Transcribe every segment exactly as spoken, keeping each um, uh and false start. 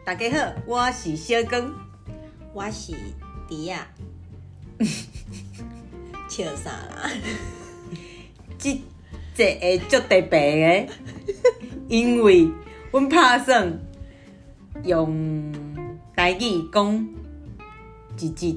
大家好，我是小光， 我是迪亚。笑啥啦？ 这这个足特别的，因为阮拍算用台语讲一集，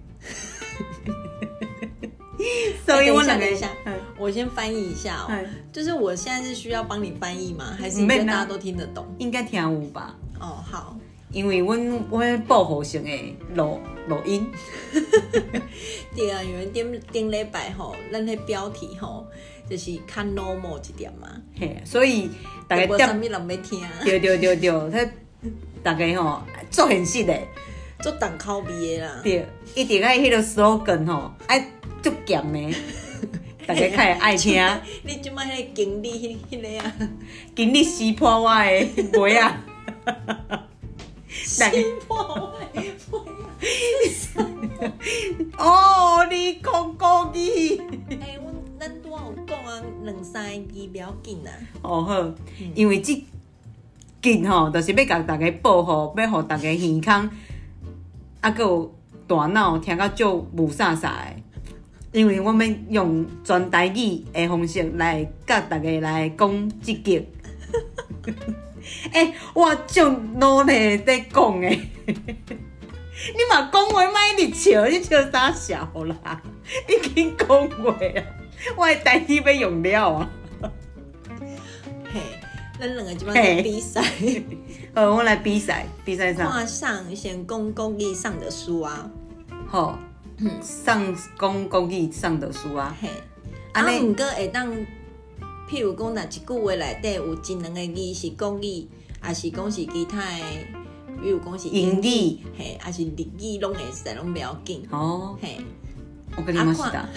所以我两个等一下，我先翻译一下哦。就是我现在是需要帮你翻译吗？还是你觉得大家都听得懂？ 应该听有吧？ 哦，好。 因为阮阮保护性的录录音， 对啊，因为顶顶礼拜吼，咱迄标题吼，就是较 normal 一点嘛。 嘿，所以大家无啥物人要听。 对对对对，迄大家吼做现实的， 做重口味的啦。 对，一定爱迄个 slogan 吼，爱足咸的，大家较会爱听。 你即摆迄个经理迄迄个啊， 经理撕破我的梅啊！ 撕破我的梅啊！ 哦，你讲国语。 哎，阮咱拄仔有讲啊，两三个字不要紧啊。 哦好，因为即紧吼，就是要甲大家保护，要互大家健康，啊，佮有大脑听到足无啥啥的。因为我们用全台语的方式来甲大家来讲即集。哎、欸，我足努力在讲的。你嘛讲话莫一直笑，你笑啥笑啦？你紧讲话啊！我的台语要用了啊！ 嘿，咱两个即摆在比赛。 呃，我来比赛，比赛啥？ 看上先讲国语上的书啊。 好，上讲国语上的书啊。 嘿，啊，毋过会当，譬如讲，若一句话内底有一两个字是国语，还是讲是其他的，比如讲是英语，嘿，还是日语，拢会使，拢不要紧。 哦， 嘿， 我跟你嘛是的。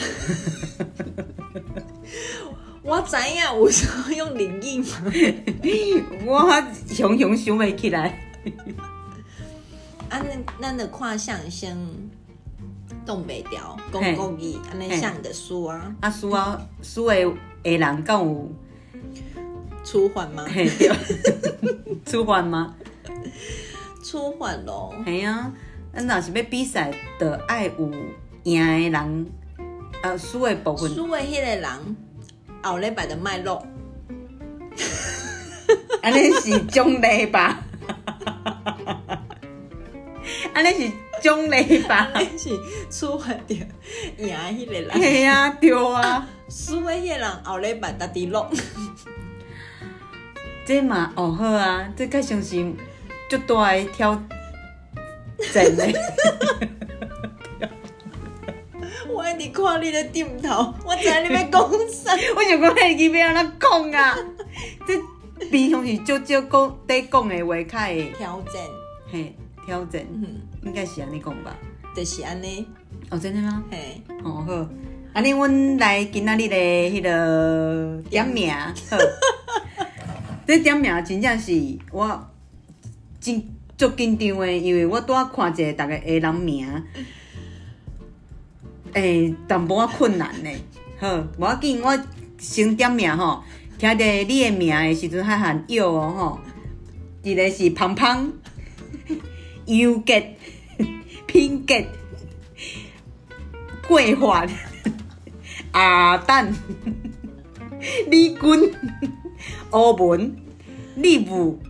我知影有啥用日语嘛？ 我熊熊想袂起来。 啊，咱咱着看相声，动袂调，讲国语，安尼像的书啊。 啊，书啊，书的的人敢有出版吗？ 嘿，对，出版吗？ 出版咯。 系啊，咱若是要比赛，着爱有赢的人，啊，输的部分。 输的迄个人，后礼拜的脉络。 安尼是奖励吧？安尼是奖励吧？ 安尼是出版着赢的迄个人。 系啊，对啊。 输的迄个人后礼拜搭伫落。 这嘛哦好啊，这较像是足大的挑战嘞。 我一直看你的点头，我知你要讲啥。 我想讲迄句要安怎讲啊？这平常是少少讲在讲的话，较会挑战。 嘿，挑战，嗯，应该是安尼讲吧？ 就是安尼。 哦，真的吗？ 嘿。 哦好，安尼阮来今仔日的迄个点名，好。这点名真正是我真足紧张的，因为我拄仔看一个大家的人名，诶、欸，淡薄仔困难呢。好，无要紧，我先点名吼，听着你的名的时阵还含药哦吼，一个是胖胖、优吉、品吉、桂花、阿蛋、李君。欧文、李武、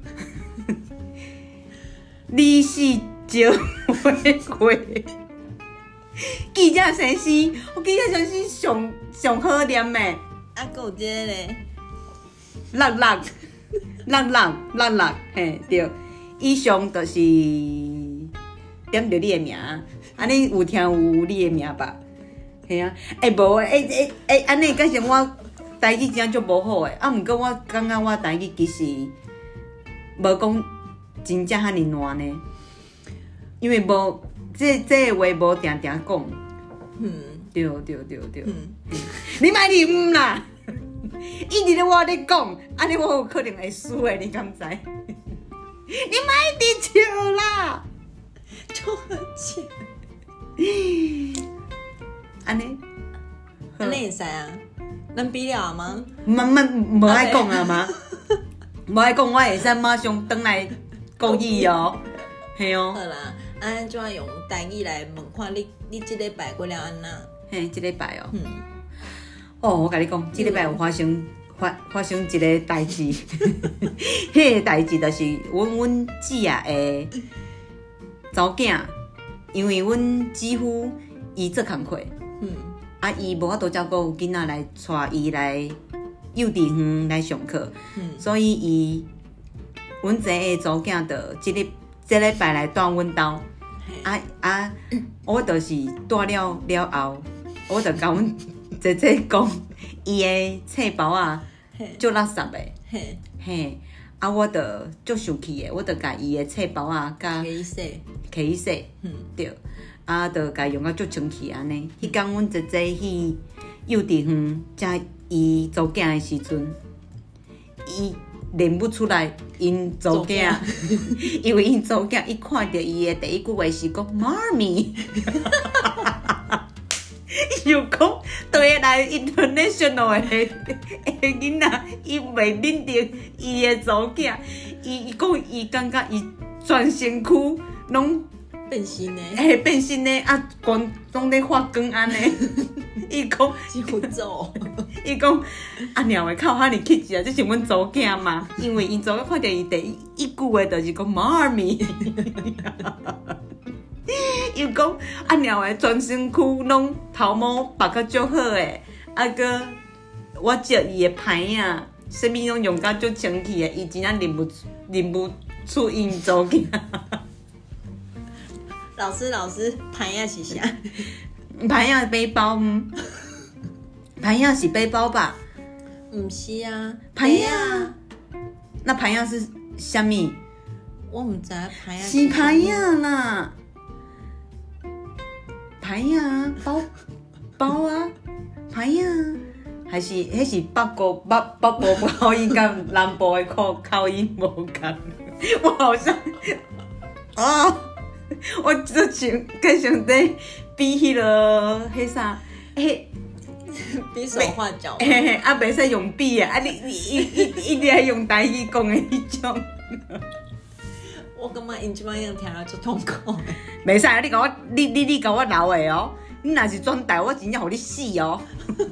李世石、玫瑰、记者先生，我记者先生上上好念的。 啊，还有这个咧， 六六六六六六，嘿对，以上就是点着你的名，安尼有听有你的名吧？嘿啊，哎无哎哎哎，安尼感觉我。台语真足无好诶，啊！毋过我感觉我台语其实无讲真正遐尼烂呢，因为无这这个话无定定讲。嗯，对对对对。嗯，你莫离唔啦，一直咧我咧讲，安尼我有可能会输诶，你敢知？你莫一直笑啦， 就很笑。 安尼， 安尼会使啊？咱比了吗？ 唔唔无爱讲啊吗？无爱讲，我会使马上转来国语哦。 嘿哦。 好啦，安怎用台语来问看你，你即礼拜过了安那？ 嘿，即礼拜哦。 嗯。 哦，我甲你讲，即礼拜有发生发发生一个代志，迄个代志就是阮阮姊啊的查某囝，因为阮姊夫伊做工课， 嗯， 啊伊无法度照顾囡仔来带伊来幼稚园来上课， 嗯， 所以伊阮这个查某囝的即礼即礼拜来住阮兜，啊啊，我就是住了了后，我就甲阮姐姐讲，伊的册包啊，足垃圾的， 嘿， 嘿，啊，我就足生气的，我就甲伊的册包啊，甲可以说， 摕去洗， 嗯， 对，啊，就甲用啊足生气安尼。迄天阮姐姐去幼稚园接伊查某囝的时阵，伊认不出来因查某囝，因为因查某囝一看到伊的第一句话是讲妈咪。又讲对来 international 的的囡仔，伊袂认得伊的查某囝，伊伊讲伊感觉伊全身躯拢变形的， 嘿变身的，啊，光拢咧发光安尼。伊讲真有做， 伊讲啊，鸟的靠哈尼气质啊，这是阮查某囝嘛，因为因查某看到伊第一句话就是讲妈咪。又讲啊，鸟的全身躯拢头毛白甲足好诶，啊个我借伊的牌啊，啥物拢用甲足清气诶，伊真正认不认不出因查某囝。 老师老师，牌啊是啥？ 牌啊背包，嗯，牌啊是背包吧？ 毋是啊， 牌啊，那牌啊是啥物？ 我毋知牌啊是牌啊啦。牌啊，包包啊，牌啊，还是迄是北国北北部口音甲南部的口口音无共。我好像哦，我之前跟上底比迄落迄啥，迄比手画脚， 嘿嘿，啊，袂使用笔啊，啊，你你一一一定要用台语讲的迄种。 我感觉因即摆样听了足痛苦的。 袂使啊！你甲我，你你你甲我留的哦。你若是转台，我真正互你死哦。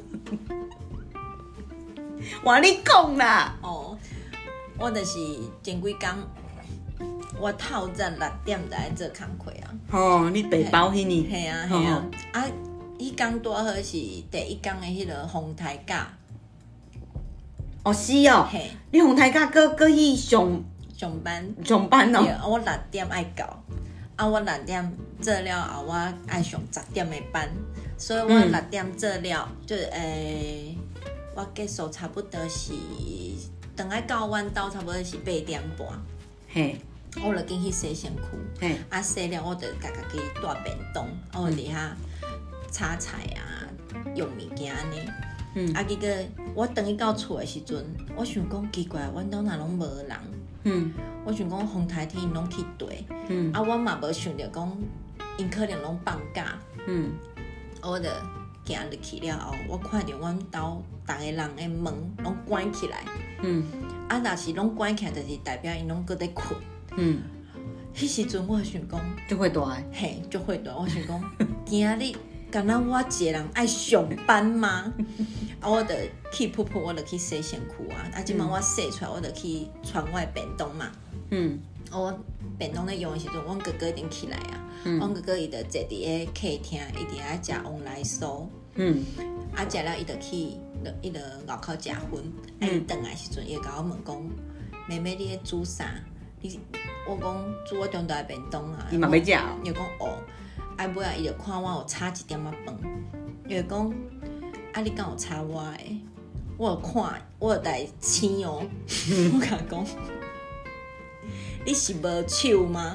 我你讲啦。 哦，我就是前几工，我透早六点就来做工课啊。 哦，你背包迄呢？ 系啊系啊，啊，迄工拄好是第一工的迄个风台假。 哦是哦。 嘿， 你风台假搁搁去上上班。 上班哦。 对，我六点爱到，啊，我六点做了后，我爱上十点的班，所以我六点做了，嗯、就诶、欸，我结束差不多是，等下到阮兜差不多是八点半。 嘿， 我就进去洗身躯， 嘿， 啊洗了，我就家家己带便当，我伫遐炒菜啊，用物件安尼。嗯，啊，结果我等伊到厝的时阵，我想讲奇怪，阮兜哪拢无人。嗯，我想讲风台天拢去对，嗯，啊，我嘛无想着讲因可能拢放假，嗯，我就行入去了后，我看着阮兜逐个人的门拢关起来，嗯，啊，若是拢关起来，就是代表因拢搁在困，嗯，迄时阵我想讲， 就会大个， 嘿，就会大，我想讲，今日敢若我一个人爱上班吗？啊，我就去噗噗，我就去洗身躯啊！啊，即摆我洗出来，我就去传我的便当嘛。嗯，我便当咧用的时阵，阮哥哥已经起来啊。嗯，阮哥哥伊就坐伫个客厅，伊伫遐食往来酥。嗯，啊，食了伊就去，伊就外口食薰。啊，伊转来时阵，伊就甲我问讲：妹妹，你咧煮啥？你我讲煮我中大的便当啊。 伊嘛要食哦。 伊就讲哦。啊，尾啊，伊就看我有炒一点仔饭，伊就讲，啊，你敢有炒我的？我有看，我有来青哦。我甲讲，你是无手吗？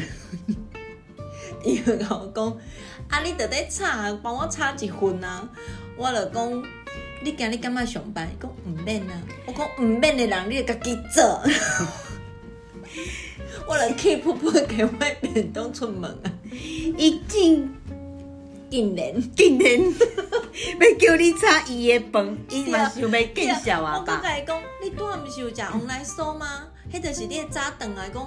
伊就甲我讲，啊，你着咧炒，帮我炒一份啊。我就讲，你今日敢要上班？伊讲毋免啊。我讲毋免的人，你就家己做。我就去噗噗给我便当出门啊！ 伊竟竟然竟然要叫你炒伊的饭，伊嘛想要见笑啊吧？ 我甲伊讲，你拄仔毋是有食往来酥吗？迄就是你早顿来讲，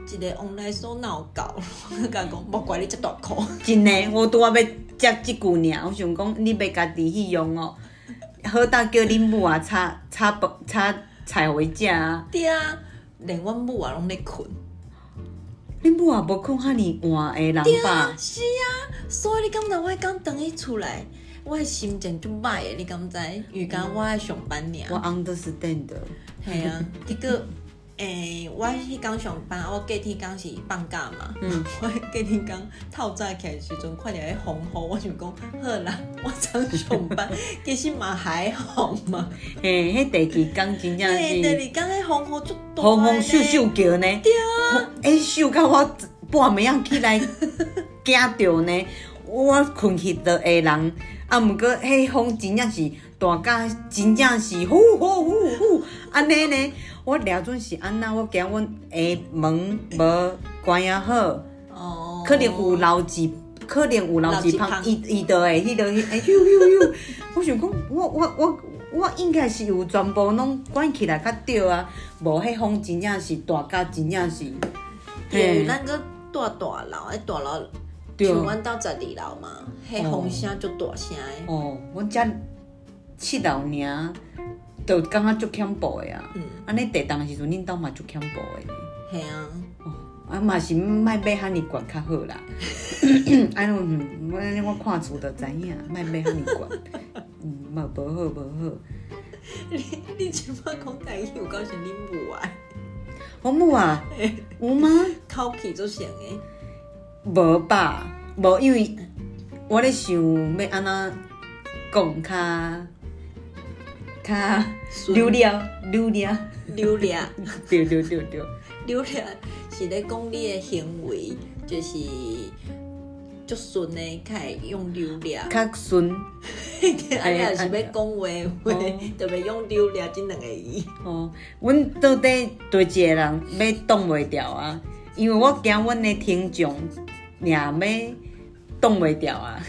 一个往来所哪有够？我甲讲，莫怪你遮大箍。 真诶，我拄仔要接即句尔，我想讲你要家己去用哦，好当叫恁母啊炒炒饭炒菜回食啊。 对啊，连阮母啊拢咧困。 恁母也无困遐尼晚的人对吧啊，？是啊，所以你敢知我迄天转去厝内，我的心情就歹的，你敢知？因为讲我爱上班尔。 我 understand 的。 系啊，结果诶、欸，我迄天上班，我隔天天是放假嘛。嗯。我隔天天透早起来的时阵，看到迄风雨，我想讲好啦，我常上班，其实嘛还好嘛。 嘿，迄第二天真正嘿，第是二天迄风雨足大风风咻咻叫呢。 对啊。 诶，咻到我半暝仔起来惊着呢。我困去就会人，啊，毋过迄风真正是大甲真正是呼呼呼呼安尼呢。我掠准是安那，我惊阮下门无关啊好， 哦。 可能有漏一，可能有漏一芳，伊伊就会迄落迄咻咻咻。我想讲，我我我我应该是有全部拢关起来较对啊，无迄风真正是大甲真正是。 对，咱个住大楼，迄大楼。像阮兜十二楼嘛，迄风声足大声诶。 哦，阮遮七楼尔，就感觉足恐怖诶啊！嗯，安尼地动诶时阵，恁兜嘛足恐怖诶。 系啊。 哦，啊嘛是莫买遐尼悬较好啦。安尼，我我看厝就知影，莫买遐尼悬。嗯，嘛无好无好。 你你即摆讲台语有够像恁母啊？ 我母啊，有吗？ 口气足像诶。 无吧，无，因为我咧想要安怎讲较较溜了溜了溜了， 对对对对， 溜了是咧讲你的行为，就是足顺的，较会用溜了。 较顺。 安尼也是要讲话话，就要用溜了这两个字。 哦，阮到底对一个人要挡袂牢啊？因为我惊阮的听众。也要挡袂牢啊！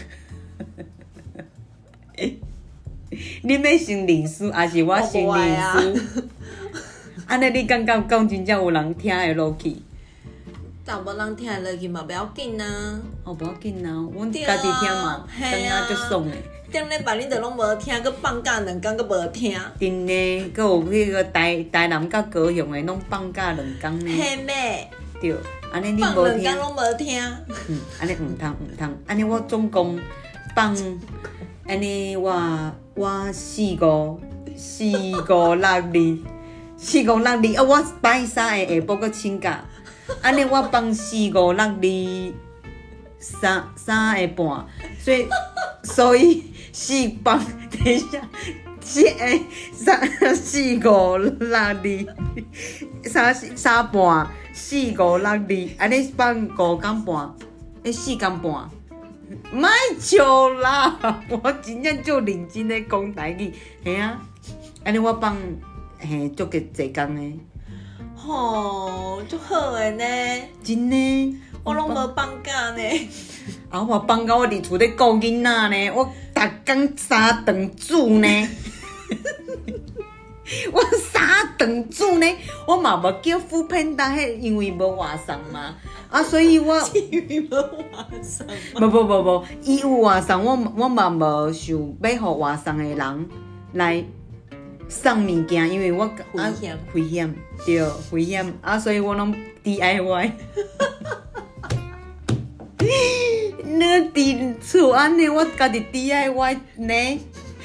你要成律师，还是我成律师？安尼你感觉讲真正有人听会落去？ 但无人听会落去嘛，不要紧啊。 哦，不要紧啊，阮家己听嘛，感觉足爽诶。 顶礼拜你着拢无听，佮放假两天佮无听。 真诶，佮有迄个台台南甲高雄诶，拢放假两天呢。 嘿妹。 对。安尼你放无听， 两天拢无听。 嗯，安尼毋通毋通，安尼我总共放，安尼我我四五四五六二四五六二，啊我拜三个下晡搁请假，安尼我放四五六二三三个半，所以所以四放等一下。四个三四五六二三三半四五六二，安尼放五工半，诶四工半，莫笑啦！我真正足认真咧讲台语，嘿啊，安尼我放嘿足个济工诶， 吼，足好诶呢， 真诶， 我拢无放假呢。 啊，我放假我伫厝咧顾囡仔呢，我逐工三顿煮呢。我三顿煮呢，我嘛无叫副片单，迄因为无外送嘛，啊，所以我因为无外送。 无无无无，伊有外送，我我嘛无想要互外送的人来送物件，因为我危险危险，对，危险啊，所以我拢 D I Y。你伫厝安尼，我家己 D I Y 呢。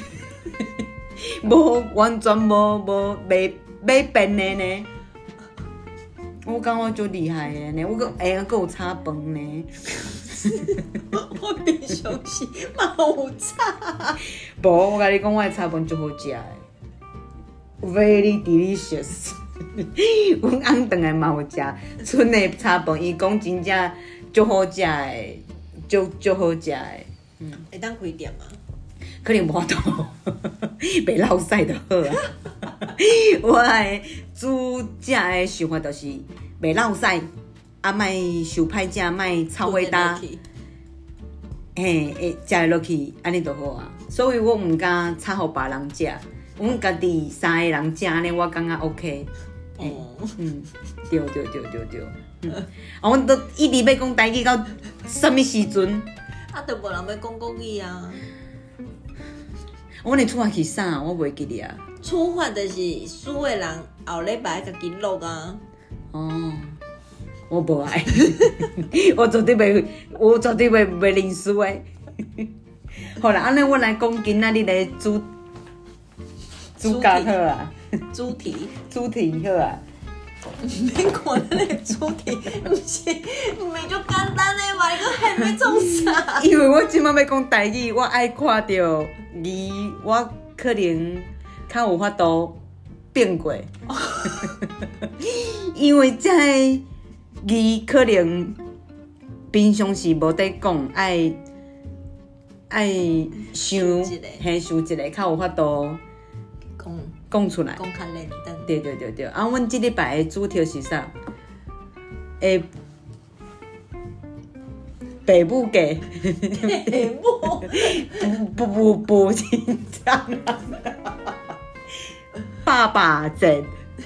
无完全无无袂买便的呢，我感觉足厉害的呢，我阁会啊，阁有炒饭呢。 我平常时嘛有炒。 无，我甲你讲，我的炒饭足好食的 ，very delicious。阮翁顿来嘛有食，剩的炒饭，伊讲真正足好食的，足足好食的。 嗯，会当开店吗？ 可能无法度，袂落屎就好啊。我的煮食的想法就是袂落屎，啊，莫受歹食，莫臭味大，嘿，会食会落去，安尼就好啊。所以我毋敢炒互别人食，阮家己三个人食安尼，我感觉 OK。哦，嗯，对对对对对。 啊，阮都一直要讲台语到什么时阵？ 啊，都无人要讲国语啊。 阮的厝啊是啥？我袂记哩啊。 处罚就是输的人后礼拜家己录啊。 哦，我无爱，我绝对袂，我绝对袂袂认输的。好啦，安尼我来讲今仔日的主主角好啊， 主题主题好啊。 免看咱的主题，毋是毋是就简单的嘛？你搁还要创啥？ 因为我即摆要讲台语，我爱看到离我可能较有法度变过，因为这字可能平常时无得讲，爱爱想，嘿想一个较有法度讲讲出来。 讲较认真。 对对对对，啊，阮即礼拜的主题是啥？诶，爸母家， 父母不不不紧张啊！爸爸节，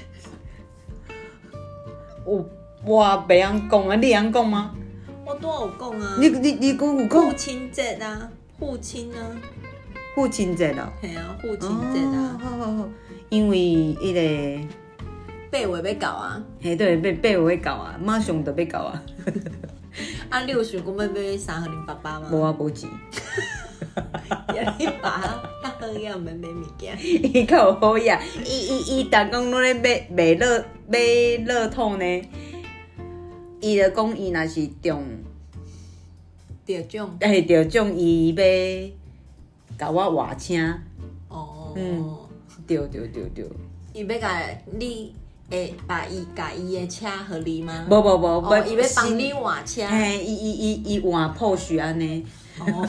我我袂晓讲啊，你会晓讲吗？ 我都有讲啊。 你你你讲有讲父亲节啊，父亲啊， 父亲节咯？ 系啊，父亲节啊。 哦，好好好，因为迄个。 八月要到啊， 嘿，对，八八月要到啊，马上就要到啊。 啊，你有想讲要买衫互恁爸爸吗？ 无啊，无钱。 呀，你爸较好呀，毋免买物件。 伊较有好呀，伊伊伊，逐工拢咧买买乐买乐透呢。伊就讲伊若是中得奖。 嘿得奖，伊要甲我话请。 哦。 嗯，对对对对。 伊要甲你。会把伊甲伊的车互你吗？ 无无无， 哦，伊要帮你换车。 嘿，伊伊伊伊换破序安尼。哦。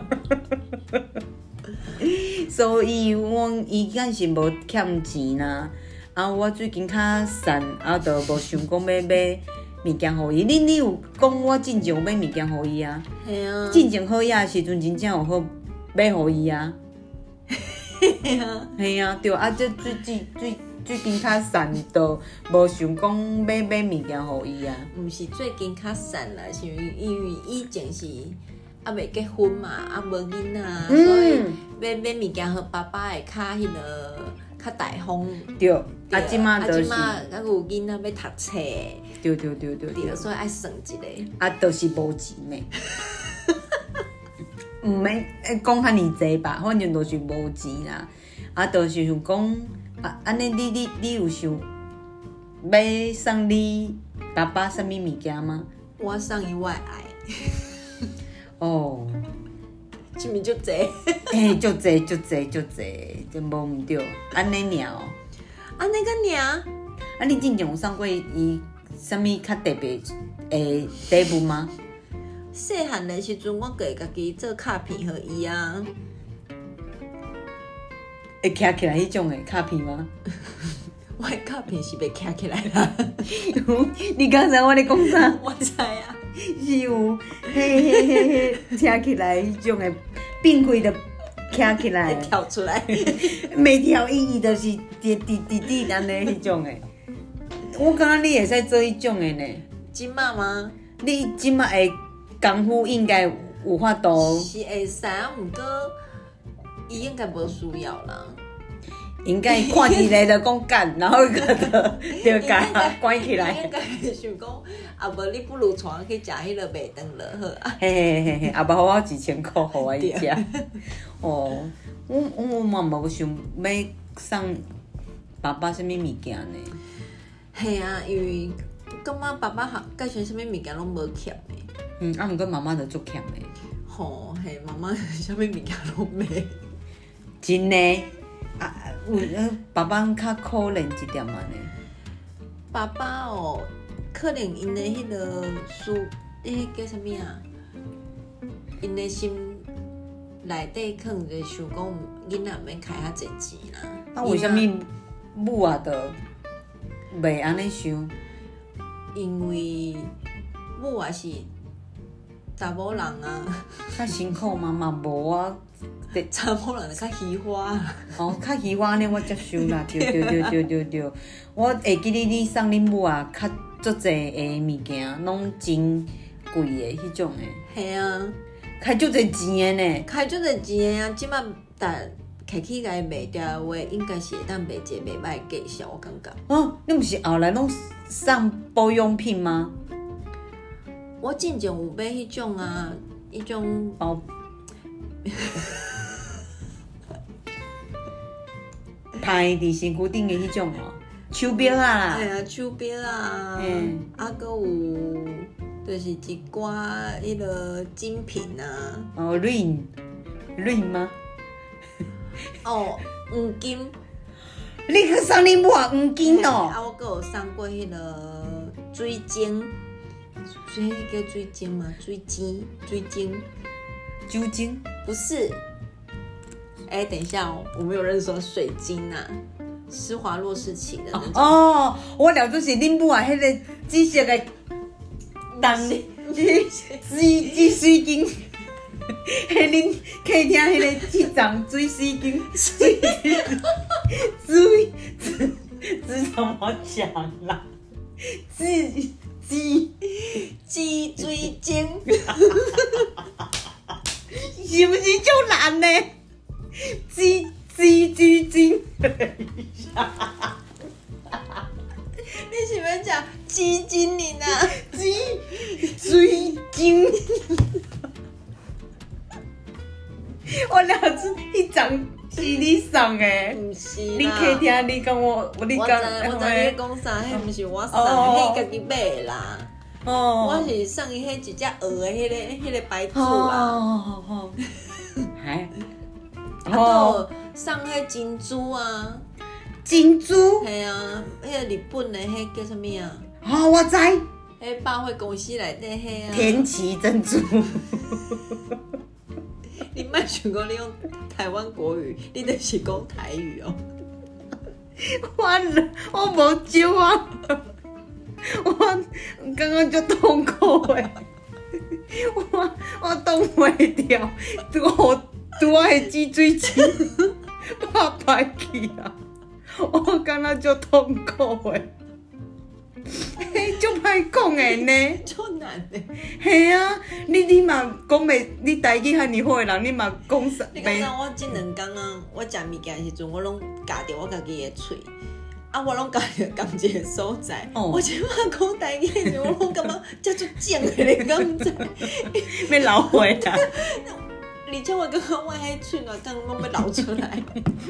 所以阮伊敢是无欠钱啦，啊，我最近较散，啊，就无想讲要买物件互伊。你你有讲我真正有买物件互伊啊？ 系啊。 真正好呀的时阵，真正有好买互伊啊。 系啊。 系啊，对啊，这最最最。最近较散，就无想讲买买物件互伊啊。 毋是最近较散啦，是因为因为以前是还未结婚嘛，啊无囡仔，所以买买物件互爸爸会较迄个较大方。 对，啊，即马就是， 啊，即马还有囡仔要读册。 对对对对对，所以爱省一个。 啊，就是无钱诶。毋免讲遐尼济吧，反正就是无钱啦。啊，就是想讲。啊，安尼你你你有想要送你爸爸什么物件吗？ 我送伊我的爱。 哦， 是毋是足济？ 嘿，足济足济足济，真无毋对，安尼尔哦。 安尼个尔？ 啊，你之前有送过伊什么较特别的礼物吗？ 细汉的时阵，我会家己做卡片互伊啊。 会徛起来迄种的卡片吗？ 我的卡片是袂徛起来啦。 你刚才我咧讲啥？ 我知啊， 是有嘿嘿嘿嘿徛起来迄种的，变开就徛起来， 跳出来， 每条意义都是滴滴滴滴安尼迄种的。我感觉你会使做迄种的呢。 今麦吗？ 你即麦的功夫应该有法度。 是会使，毋过。伊应该无需要啦， 应该看起来就讲干，然后就就甲关起来。 应该想讲，啊无你不如带去食迄个麦当劳好啊。 嘿嘿嘿嘿，啊无我一千块互我伊食。哦，我我嘛无想要送爸爸什么物件呢？ 系啊，因为感觉爸爸好，介绍什么物件拢无欠的。 嗯，啊，毋过妈妈就足欠的。 吼，嘿，妈妈什么物件拢买。 真的啊，有爸爸较可怜一点嘛呢。 爸爸哦，可能因的迄个书，迄叫啥物啊？因的心内底可能就想讲，囡仔免开遐侪钱啦。 啊，为什么母啊，就袂安尼想？ 因为母也是查某人啊， 较辛苦嘛嘛无啊。 查某人就较喜欢。 哦，较喜欢呢，我接受啦，对对对对对对。我会记得你送恁母啊，较足侪个物件，拢真贵的迄种的。 系啊， 开足侪钱的呢。 开足侪钱的啊！即摆但摕去甲伊卖掉的话，应该是会当卖一个袂歹的价销，我感觉。 哦，你毋是后来拢送保养品吗？ 我之前有买迄种啊，迄种包。拍伫身躯顶的迄种哦，手表啊啦。 系啊，手表啊， 嗯， 啊，搁有就是一寡迄个精品啊。 哦 ，ring ring 吗？ 哦，黄金。 你去送恁母啊黄金哦？ 啊，我搁有送过迄个水晶，所以叫水晶吗？水晶，水晶， 酒精？ 不是。哎、欸，等一下哦，我没有认识说水晶啊，施华洛世奇的那种。 哦，我了就是恁母啊，迄个紫色的灯，紫紫紫水晶，迄恁客厅迄个七张水水晶，水水紫紫怎么讲啦？紫紫紫水晶， 是不是就难呢？紫紫水晶。 你是要讲基金你呢？ 紫水晶。我了解迄张是你送的， 不是啦。 你客厅你跟我，你我知我知你讲啥，迄毋是我送的，迄家己买的啦。 哦， 我是送伊迄一只鹅的迄个迄个牌子啦。 哦好好，还， 啊，哦，送迄珍珠啊， 珍珠， 系啊，迄个日本的迄叫啥物啊？ 哦，我知， 迄百货公司内底迄啊。 田崎珍珠。 你莫想讲你用台湾国语，你就是讲台语哦。 我我无招啊，我刚刚就痛苦诶，我我挡袂掉，我拄啊迄支水晶拍歹去啊，我感觉就痛苦诶。嘿，足歹讲诶呢， 足难的。 系啊，你你嘛讲袂，你台语遐尼好诶人，你嘛讲啥？ 你讲我即两工啊，我食物件的时阵，我拢夹着我家己的喙，啊，我拢夹着同一个所在。哦、我即摆讲台语的时候，我拢感觉遮足正的，你敢知？ 要流血啊！ 而且我感觉我迄喙内刚拢要流出来。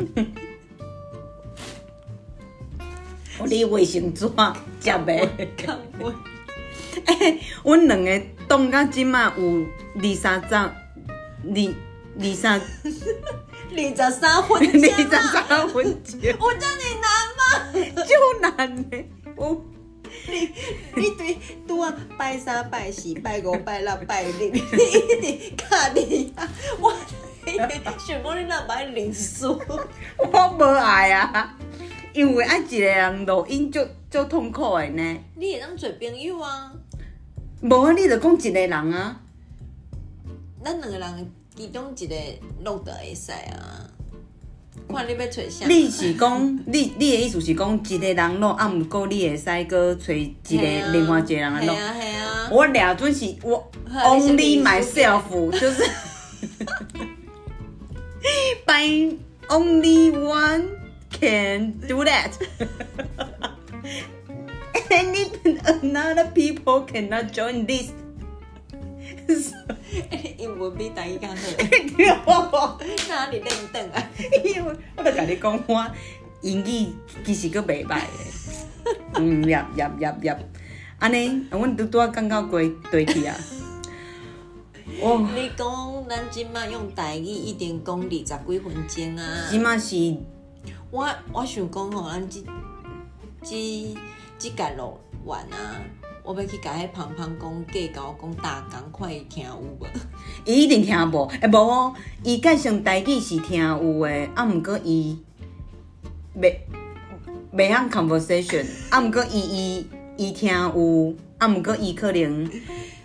你卫生纸食袂？ 讲我， 哎，阮两个冻到即马有二三十，二二三， 二十三分钟二十三分钟， 有这么难吗？ 就难的，我你你对拄啊拜三拜四拜五拜六拜日，你一直卡伫啊，我想讲你哪摆认数？ 我无爱啊。因为爱一个人录音就就痛苦的呢。 你会当做朋友啊？ 无啊，你就讲一个人啊。 咱两个人其中一个录就会使啊。看你要找啥？ 你是讲你你的意思是讲一个人录，啊，毋过你会使搁找一个另外一个人来录。 系啊系啊。 我俩准是我 only myself， 就是 by only one。Can do that. Any another people cannot join this. 英文比台语较好。哪里认得啊？ 因为我就甲你讲，我英语其实佫袂歹的。嗯，业业业业，安尼，阮拄拄啊讲到过对去啊。 哦，你讲咱即摆用台语一定讲二十几分钟啊？ 即摆是。 我我想讲吼，咱即即即届录完啊，我要去甲迄胖胖讲计较讲大工，看伊听有无？ 伊一定听无，诶无哦，伊介绍台语是听有诶，啊毋过伊袂袂晓 conversation， 啊毋过伊伊伊听有，啊毋过伊可能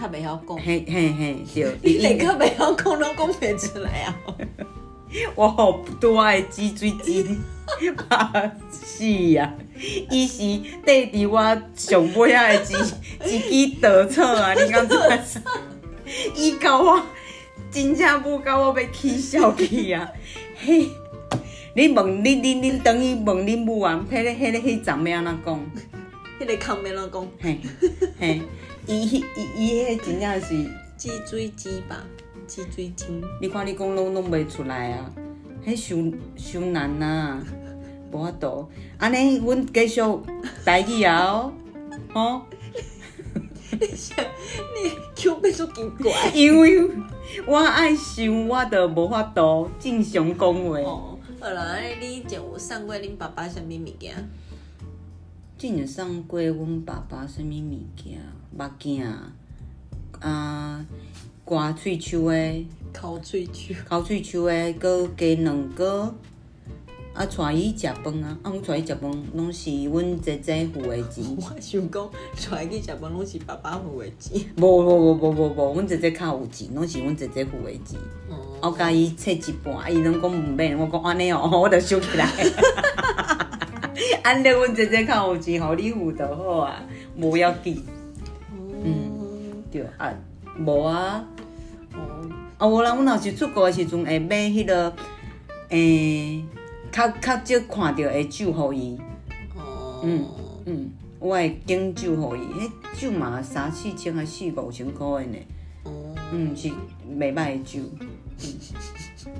较袂晓讲， 嘿嘿嘿，对， 你连较袂晓讲拢讲袂出来啊！ 我好多爱脊椎筋，怕死啊！伊是缀伫我上尾仔的一一支稻草啊！你敢知？伊甲我真正不甲我要起笑去啊！嘿，你问你你你等于问恁母啊？迄个迄个迄站要安怎讲？ 迄个空要安怎讲？ 嘿嘿，伊伊伊迄真正是脊椎肌吧。脊椎筋， 你看你讲拢拢袂出来啊，迄伤伤难啊，无法度。安尼，阮继续台语啊哦，吼。 你你 Q 变出奇怪， 因为我爱想，我就无法度正常讲话。 哦，好啦，你前有送过恁爸爸啥物物件？ 真有送过阮爸爸啥物物件？目镜啊。刮喙鬚的， 抠喙鬚， 抠喙鬚的，搁加两个，啊，带伊食饭啊，啊，阮带伊食饭拢是阮姐姐付的钱。 我想讲，带伊去食饭拢是爸爸付的钱。 无无无无无无，阮姐姐较有钱，拢是阮姐姐付的钱。嗯、我甲伊切一半，伊拢讲毋免，我讲安尼哦，我就收起来。安尼阮姐姐较有钱，互你付就好啊，无要紧。嗯，对啊，无啊。啊，无啦，阮若是出国的时阵会买迄、那个，诶、欸，较较少看到的酒互伊。哦。嗯嗯，我会敬酒互伊，迄酒嘛三四千还四五千块的呢。哦。嗯，是袂歹的酒。嗯、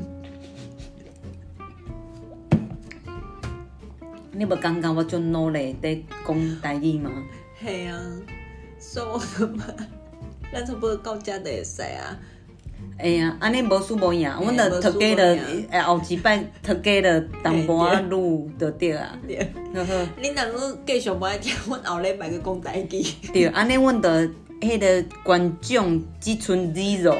你无感觉我足努力在讲台语吗？ 系啊，所以我感觉咱差不多到遮就会使啊。 哎呀，安尼无输无赢，阮着头家着诶后一摆头家着淡薄仔录就对啊。 对，呵呵。恁若要继续无爱听，阮后礼拜去讲台语。 对，安尼阮着迄个观众只剩 zero。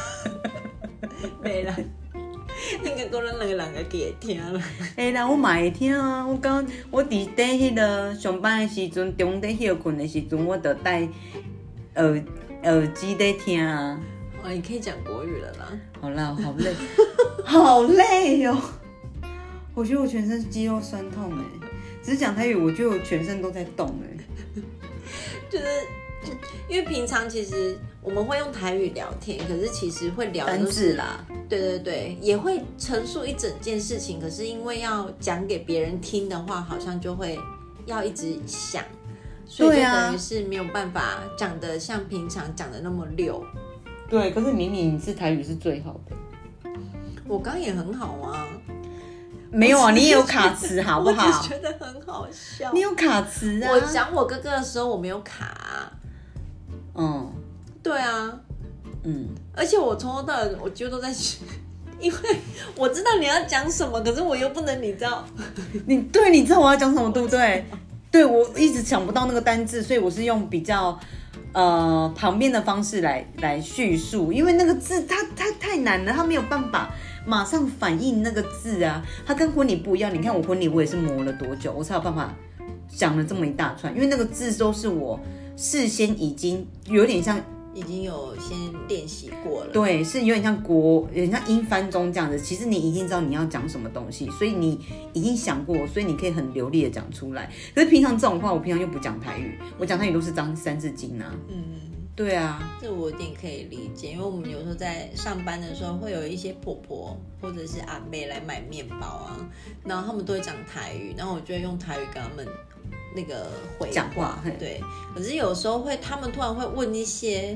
袂啦，应该讲咱两个人家己会听啦。 哎啦，我嘛会听啊！我讲我伫伫迄个上班的时阵，中午休困的时阵，我着戴耳耳机在听啊。 哦，你可以讲国语了啦。 好啦，好累，好累哦。我觉得我全身肌肉酸痛哎，只是讲台语，我觉得我全身都在动哎。 就是因为平常其实我们会用台语聊天，可是其实会聊单字啦。 对对对，也会陈述一整件事情，可是因为要讲给别人听的话，好像就会要一直想，所以就等于是没有办法讲得像平常讲的那么溜。 对，可是明明你是台语是最好的， 我刚也很好啊。 没有啊，你也有卡词好不好？ 我只觉得很好笑。 你有卡词啊？ 我讲我哥哥的时候我没有卡、啊。嗯，对啊，嗯，而且我从头到尾我几乎都在，因为我知道你要讲什么，可是我又不能，你知道？ 你对，你知道我要讲什么，对不对？对，我一直想不到那个单字，所以我是用比较。呃，旁边的方式来来叙述，因为那个字它它太难了，它没有办法马上反映那个字啊。它跟婚礼不一样，你看我婚礼我也是磨了多久，我才有办法讲了这么一大串，因为那个字都是我事先已经有点像已经有先练习过了， 对，是有点像国，有点像英翻中这样子。其实你已经知道你要讲什么东西，所以你已经想过，所以你可以很流利的讲出来。可是平常这种话，我平常又不讲台语，我讲台语都是张三字经啊。嗯，对啊， 这我有点可以理解，因为我们有时候在上班的时候，会有一些婆婆或者是阿伯来买面包啊，然后他们都会讲台语，然后我就会用台语跟他们那个回讲话， 对。可是有时候会，他们突然会问一些，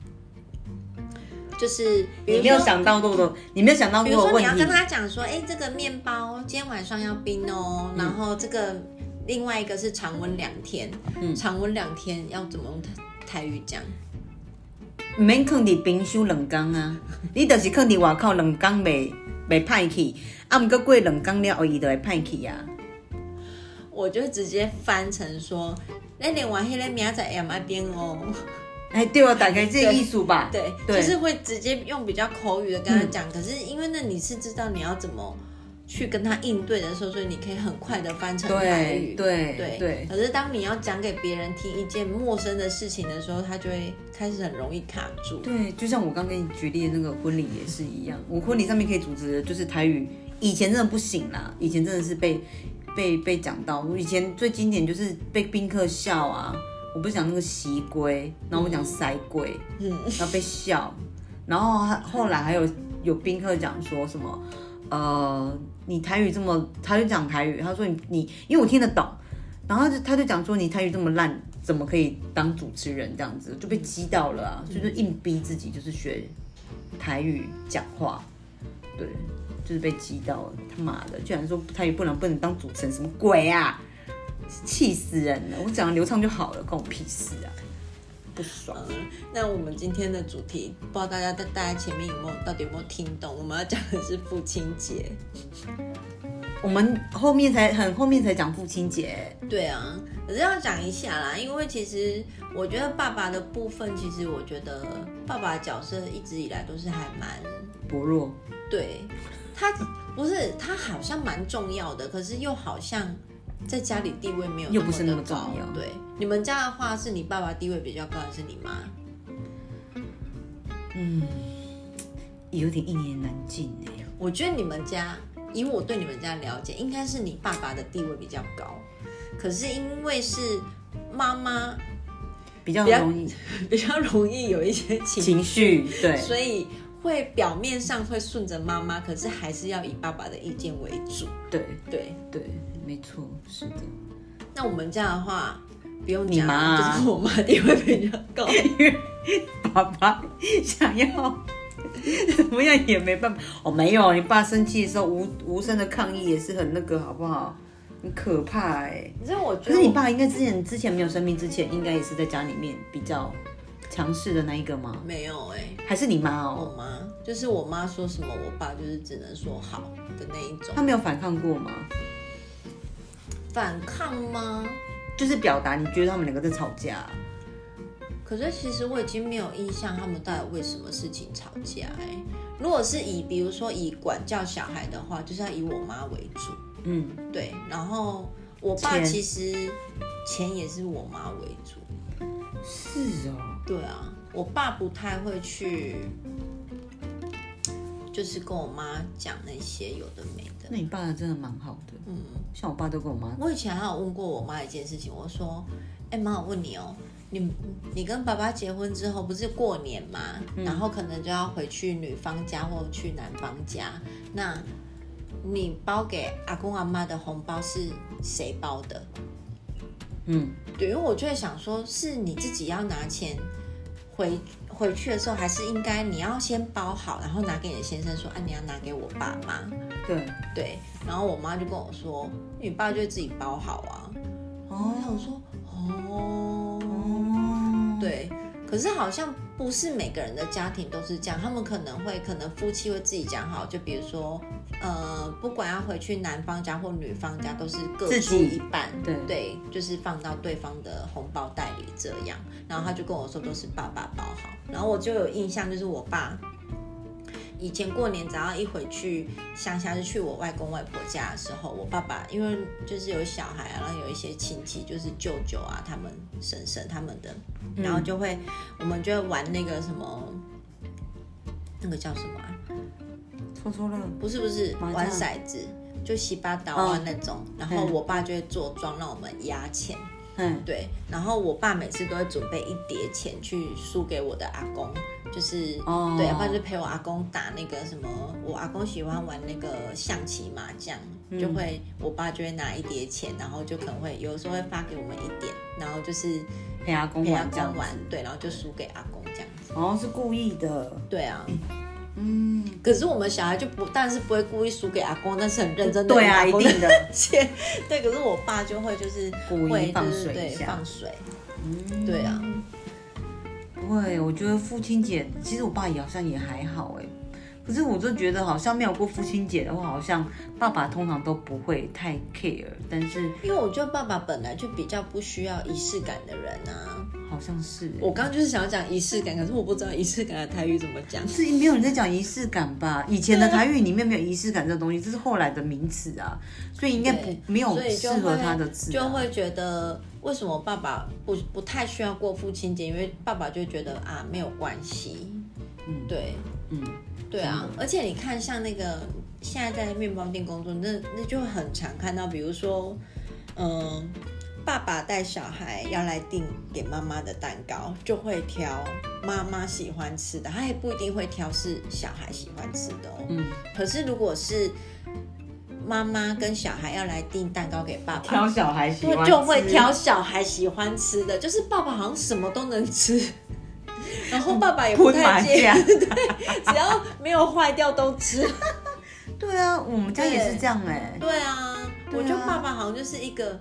就是你没有想到过的，你没有想到过的问题。 比如说你要跟他讲说，哎、欸，这个面包今天晚上要冰哦、嗯，然后这个另外一个是常温两天，嗯，常温两天要怎么用台语讲？ 唔免放伫冰箱两天啊，你就是放伫外口两天袂袂歹去，啊，毋过过两天了后，伊就会歹去啊。 我就直接翻成说，那另外迄个明仔载那边哦。 哎，对啊，大概这个意思吧。 对，对，就是会直接用比较口语的跟他讲、嗯。可是因为那你是知道你要怎么去跟他应对的时候，所以你可以很快的翻成台语。 对对对。 可是当你要讲给别人听一件陌生的事情的时候，他就会开始很容易卡住。 对，就像我刚跟你举例的那个婚礼也是一样，我婚礼上面可以主持的就是台语，以前真的不行啦，以前真的是被被被讲到，我以前最经典就是被宾客笑啊，我不是讲那个席龟，然后我讲塞龟，嗯，然后被笑，然后后来还有有宾客讲说什么。呃，你台语这么，他就讲台语，他说你你，因为我听得懂，然后他就他就讲说你台语这么烂，怎么可以当主持人这样子，就被激到了啊，就是硬逼自己就是学台语讲话，对，就是被激到了，他妈的，居然说台语不能不能当主持人，什么鬼啊，气死人了！我讲的流畅就好了，关我屁事啊！不爽、 嗯。那我们今天的主题，不知道大家在大家前面有没有到底有没有听懂？我们要讲的是父亲节。 我们后面才很后面才讲父亲节。 对啊，可是要讲一下啦，因为其实我觉得爸爸的部分，其实我觉得爸爸的角色一直以来都是还蛮薄弱。 对，他不是他好像蛮重要的，可是又好像。在家里地位没有那么的高， 又不是那么重要。 对，你们家的话是你爸爸地位比较高，还是你妈？ 嗯，有点一言难尽哎。 我觉得你们家，以我对你们家了解，应该是你爸爸的地位比较高，可是因为是妈妈比较容易比较容易有一些情绪， 情绪对， 所以会表面上会顺着妈妈，可是还是要以爸爸的意见为主。 对对对。没错，是的。 那我们家的话，不用讲， 啊、 就是我妈地位比较高， 因为爸爸想要怎么样也没办法。哦，没有，你爸生气的时候无无声的抗议也是很那个，好不好？很可怕哎、欸。 可是我觉得， 可是你爸应该之前之前没有生病之前，应该也是在家里面比较强势的那一个吗？ 没有哎、欸， 还是你妈哦？ 我妈就是我妈说什么，我爸就是只能说好的那一种。 他没有反抗过吗？ 反抗吗？ 就是表达你觉得他们两个在吵架。 可是其实我已经没有印象他们到底为什么事情吵架哎、欸。如果是以比如说以管教小孩的话，就是要以我妈为主。嗯，对。然后我爸其实钱也是我妈为主。 是哦。 对啊，我爸不太会去。就是跟我妈讲那些有的没的。 那你爸真的蛮好的，嗯，像我爸都跟我妈。 我以前还有问过我妈一件事情，我说：“哎、欸、妈，我问你哦，你你跟爸爸结婚之后不是过年嘛、嗯，然后可能就要回去女方家或去男方家，那你包给阿公阿妈的红包是谁包的？”嗯，对，因为我就会想说，是你自己要拿钱回。回去的时候还是应该你要先包好，然后拿给你的先生说啊，你要拿给我爸妈。 对对，然后我妈就跟我说，你爸就会自己包好啊。哦，我想说哦，哦，对，可是好像不是每个人的家庭都是这样，他们可能会可能夫妻会自己讲好，就比如说呃，不管要回去男方家或女方家，都是各出一半， 对对，就是放到对方的红包袋里这样。然后他就跟我说都是爸爸包好，然后我就有印象，就是我爸以前过年只要一回去乡下，就去我外公外婆家的时候，我爸爸因为就是有小孩啊，然后有一些亲戚就是舅舅啊，他们婶婶他们的，然后就会、嗯、我们就会玩那个什么，那个叫什么、啊？ 戳戳乐？ 不是不是，玩骰子，就洗八刀啊那种、嗯，然后我爸就会做庄让我们压钱。嗯，对，然后我爸每次都会准备一叠钱去输给我的阿公，就是、哦、对，要不然就陪我阿公打那个什么，我阿公喜欢玩那个象棋麻将、嗯，就会我爸就会拿一叠钱，然后就可能会有时候会发给我们一点，然后就是陪阿公玩这样子， 对，然后就输给阿公这样子。 哦，是故意的。 对啊。嗯，可是我们小孩就不，但是不会故意输给阿公，但是很认真的对啊，一定的钱。对，可是我爸就会就是故意放水一下， 对放水。嗯，对啊。 不会，我觉得父亲节其实我爸也好像也还好哎， 可是我就觉得好像没有过父亲节的话，好像爸爸通常都不会太 care， 但是因为我觉得爸爸本来就比较不需要仪式感的人啊。 好像是、欸、 我刚刚就是想要讲仪式感，可是我不知道仪式感的台语怎么讲。 是没有人在讲仪式感吧？以前的台语里面没有仪式感这个东西，这是后来的名词啊，所以应该不没有适合他的字、啊， 就会觉得为什么爸爸不不太需要过父亲节，因为爸爸就觉得啊没有关系，嗯，对，嗯，对啊，而且你看像那个现在在面包店工作，那那就很常看到，比如说，嗯。爸爸带小孩要来订给妈妈的蛋糕，就会挑妈妈喜欢吃的，他也不一定会挑是小孩喜欢吃的哦。嗯，可是如果是妈妈跟小孩要来订蛋糕给爸爸， 挑小孩喜欢吃， 就会挑小孩喜欢吃的，就是爸爸好像什么都能吃，然后爸爸也不太介意，对，只要没有坏掉都吃。 对啊，我们家也是这样哎、 欸。对啊，我觉得爸爸好像就是一个。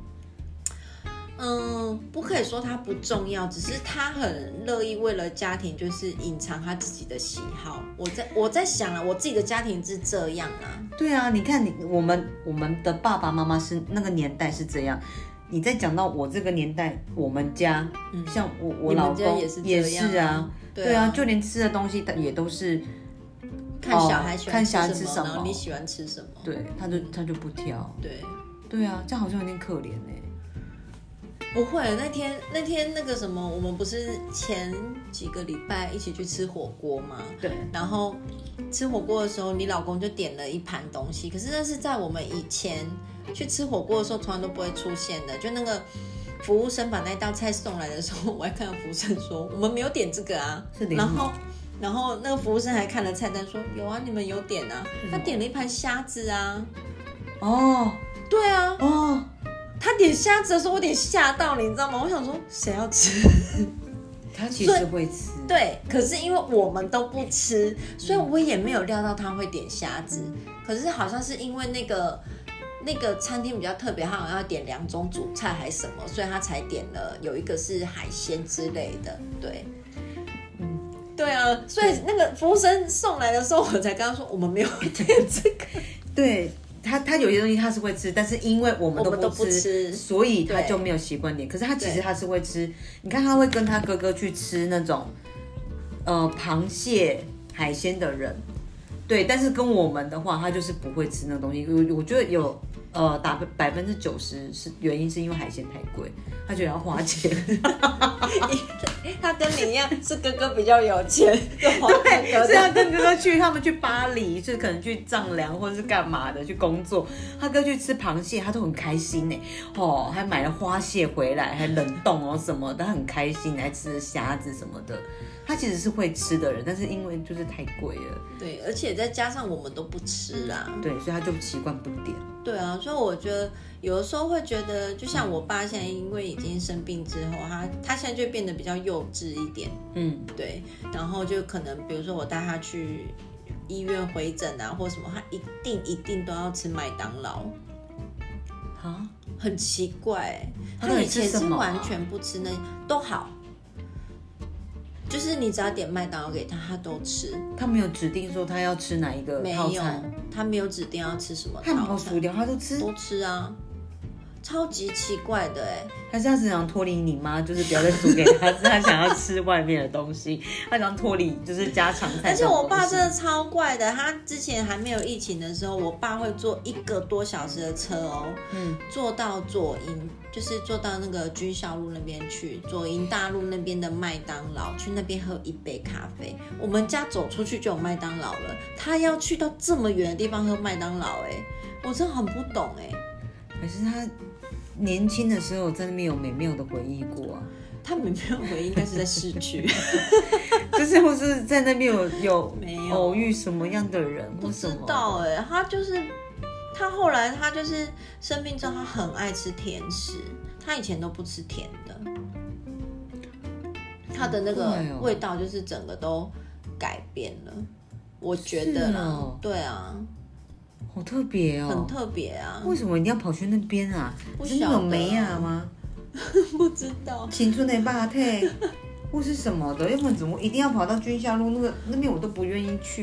嗯，不可以说他不重要，只是他很乐意为了家庭，就是隐藏他自己的喜好。我在我在想啊，我自己的家庭是这样啊。 对啊，你看你我们我们的爸爸妈妈是那个年代是这样。你再讲到我这个年代，我们家，嗯、像我我老公也是这样、啊、 也是啊，对啊，对啊，就连吃的东西也都是看小孩喜欢吃什么， 哦、看吃什么然后你喜欢吃什么， 对，他就他就不挑。 对对啊，这样好像有点可怜哎、欸。 不会，那天那天那个什么，我们不是前几个礼拜一起去吃火锅吗？ 对。 然后吃火锅的时候，你老公就点了一盘东西，可是那是在我们以前去吃火锅的时候，从来都不会出现的。就那个服务生把那道菜送来的时候，我还看到服务生说：“我们没有点这个啊。” 是点。 然后，然后那个服务生还看了菜单说：“有啊，你们有点啊。”他点了一盘虾子啊。 哦。 对啊。 哦。 他点虾子的时候，我有点吓到你，你知道吗？我想说，谁要吃？ 他其实会吃， 对。可是因为我们都不吃，所以我也没有料到他会点虾子。可是好像是因为那个那个餐厅比较特别，他好像要点两种主菜还是什么，所以他才点了有一个是海鲜之类的。对，嗯，对啊。所以那个服务生送来的时候，我才跟他说，我们没有点这个。 对。他他有些东西他是会吃，但是因为我们都不 吃, 都不吃所以他就没有习惯点。可是他其实他是会吃，你看他会跟他哥哥去吃那种呃螃蟹海鲜的人，对。但是跟我们的话，他就是不会吃那个东西。我我觉得有呃打百分之九十是原因是因为海鲜太贵，他觉得要花钱。 他跟你一样是哥哥比较有钱， 对，是要跟哥哥去，他们去巴黎，是可能去丈量或者是干嘛的去工作。他哥去吃螃蟹，他都很开心呢，哦，还买了花蟹回来，还冷冻哦什么的，他很开心，还吃了虾子什么的。他其实是会吃的人，但是因为就是太贵了， 对，而且再加上我们都不吃啦， 对，所以他就习惯不点。 对啊，所以我觉得有的时候会觉得，就像我爸现在因为已经生病之后，他他现在就变得比较幼稚一点，嗯，对，然后就可能比如说我带他去医院回诊啊，或什么，他一定一定都要吃麦当劳。 啊， 很奇怪，他以前是完全不吃那都好。就是你只要点麦当劳给他，他都吃。 他没有指定说他要吃哪一个套餐， 没有，他没有指定要吃什么套餐。 汉堡、薯条他都吃， 都吃啊，超级奇怪的哎。 还是他只想脱离你妈，就是不要再煮给他，是他想要吃外面的东西，他想脱离就是家常菜。 而且我爸真的超怪的，他之前还没有疫情的时候，我爸会坐一个多小时的车哦，嗯，坐到左营。就是坐到那个军校路那边去，左营大路那边的麦当劳，去那边喝一杯咖啡。我们家走出去就有麦当劳了，他要去到这么远的地方喝麦当劳，哎，我真的很不懂哎。 可是他年轻的时候在那边有美妙的回忆过啊。 他美妙的回忆应该是在市区， 就是或是在那边有有没有偶遇什么样的人或什么？ 不知道哎，他就是。他后来他就是生病之后，他很爱吃甜食，他以前都不吃甜的，他的那个味道就是整个都改变了，我觉得啦，哦、对啊， 好特别哦， 很特别啊， 为什么一定要跑去那边啊？ 不晓得、啊、 是有梅亚吗？ 不知道， 青春的霸退或是什么的，要不然怎么一定要跑到军校路那个那边？我都不愿意去哎、欸。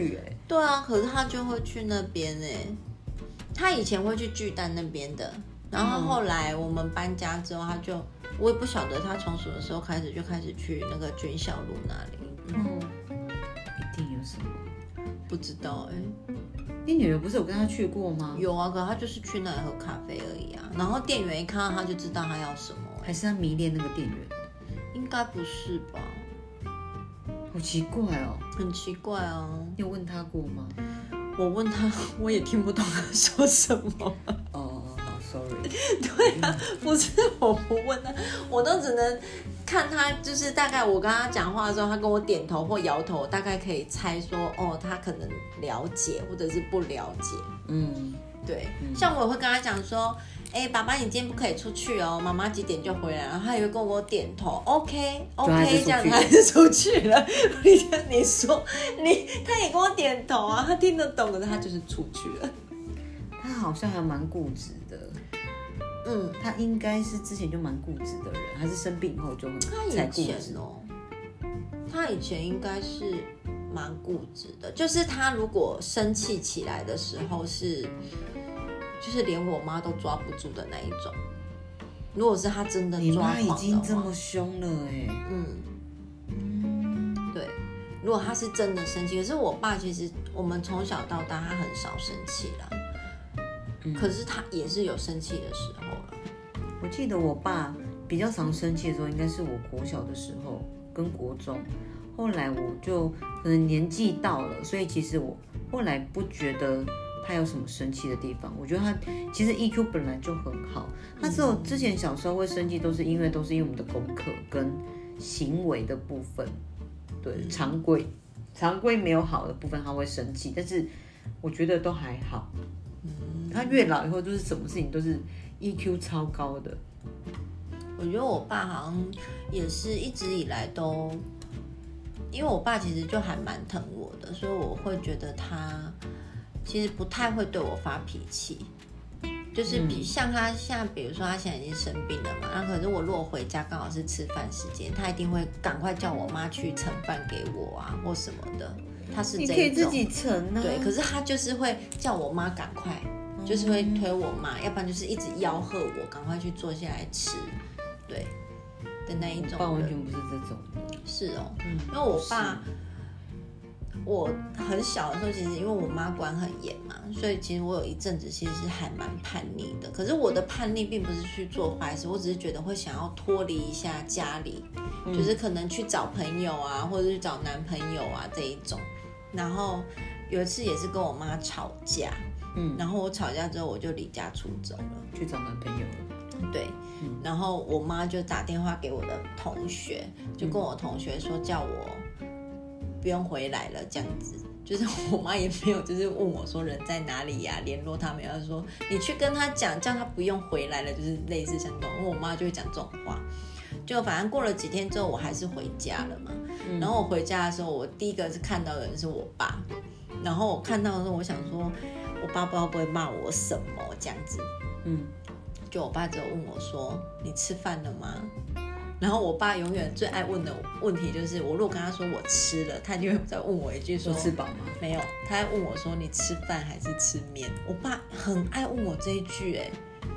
对啊，可是他就会去那边哎、欸，他以前会去巨蛋那边的，然后后来我们搬家之后，他就我也不晓得他从什么时候开始就开始去那个军校路那里。 嗯，一定有什么？ 不知道哎、欸。 你女儿不是有跟他去过吗？ 有啊，可他就是去那里喝咖啡而已啊。然后店员一看到他就知道他要什么、欸， 还是他迷恋那个店员？ 应该不是吧？ 好奇怪哦， 很奇怪啊。 你有问他过吗？ 我问他，我也听不懂他说什么。 哦，好 ，sorry。 对啊，不是我不问他，我都只能看他，就是大概我跟他讲话的时候，他跟我点头或摇头，大概可以猜说，哦，他可能了解或者是不了解。嗯，对，嗯、像我也会跟他讲说。哎、欸，爸爸，你今天不可以出去哦，妈妈几点就回来，然后他也会跟我点头 ，OK OK， 这样他还是出去了。你跟你说，你他也跟我点头啊，他听得懂，可是他就是出去了。 他好像还蛮固执的，嗯，他应该是之前就蛮固执的人，还是生病后就很才固执哦。他以前应该是蛮固执的，就是他如果生气起来的时候是。就是连我妈都抓不住的那一种。如果是他真的抓狂的话， 你妈已经这么凶了哎、欸。 嗯嗯，对。如果他是真的生气，可是我爸其实我们从小到大他很少生气啦。嗯、可是他也是有生气的时候啦。 我记得我爸比较常生气的时候，应该是我国小的时候跟国中。后来我就可能年纪到了，所以其实我后来不觉得。他有什么生气的地方？我觉得他其实 E Q 本来就很好，他只有之前小时候会生气，都是因为都是因为我们的功课跟行为的部分，对常规常规没有好的部分他会生气，但是我觉得都还好。他越老以后就是什么事情都是 E Q 超高的。 我觉得我爸好像也是一直以来都，因为我爸其实就还蛮疼我的，所以我会觉得他。其实不太会对我发脾气，就是比像他现在，比如说他现在已经生病了嘛，那可是我如果回家刚好是吃饭时间，他一定会赶快叫我妈去盛饭给我啊，或什么的。他是这一种， 你可以自己盛啊。 对，可是他就是会叫我妈赶快，就是会推我妈，嗯、要不然就是一直吆喝我赶快去坐下来吃，对的那一种。 我爸完全不是这种。 是哦，嗯、因为我爸。我很小的时候，其实因为我妈管很严嘛，所以其实我有一阵子其实是还蛮叛逆的。可是我的叛逆并不是去做坏事，我只是觉得会想要脱离一下家里，嗯、就是可能去找朋友啊，或者去找男朋友啊这一种。然后有一次也是跟我妈吵架，嗯，然后我吵架之后我就离家出走了， 去找男朋友了。 对，嗯、然后我妈就打电话给我的同学，就跟我同学说叫我。不用回来了，这样子，就是我妈也没有，就是问我说人在哪里呀、啊，联络他们，要说你去跟他讲，叫他不用回来了，就是类似像这种，因为我妈就会讲这种话。就反正过了几天之后，我还是回家了嘛。嗯、然后我回家的时候，我第一个是看到的人是我爸，然后我看到的时候，我想说，我爸不知道会不会骂我什么这样子。嗯，就我爸只有问我说：“你吃饭了吗？”然后我爸永远最爱问的问题就是，我如果跟他说我吃了，他就会再问我一句说：“ 吃饱吗？” 没有，他还问我说：“你吃饭还是吃面？”我爸很爱问我这一句，哎，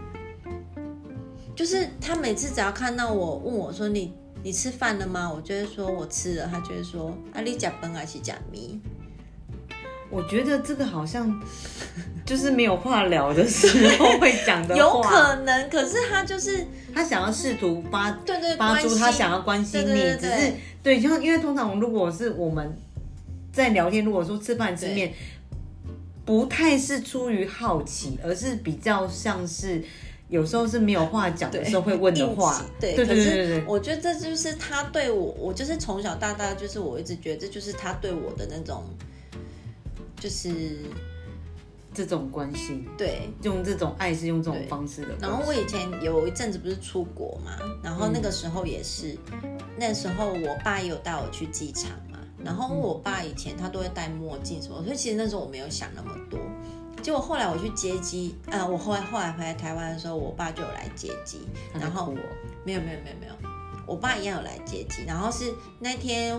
就是他每次只要看到我问我说：“你你吃饭了吗？”我就会说我吃了，他就会说：“啊，你吃饭还是吃面？” 我觉得这个好像就是没有话聊的时候会讲的话， 有可能，可是他就是他想要试图发对对发出他想要关心你， 对对对对只是对，像因为通常如果是我们在聊天，如果说吃饭吃面，不太是出于好奇，而是比较像是有时候是没有话讲的时候会问的话， 对对对对对对。 我觉得这就是他对我，我就是从小到大，就是我一直觉得这就是他对我的那种。就是这种关系， 对， 用这种爱是用这种方式的。 然后我以前有一阵子不是出国嘛，然后那个时候也是，嗯、那时候我爸也有带我去机场嘛，然后我爸以前他都会戴墨镜什么，所以其实那时候我没有想那么多。结果后来我去接机，呃，我后来后来回来台湾的时候，我爸就有来接机，然后我没有没有没有没有，我爸一样有来接机，然后是那天。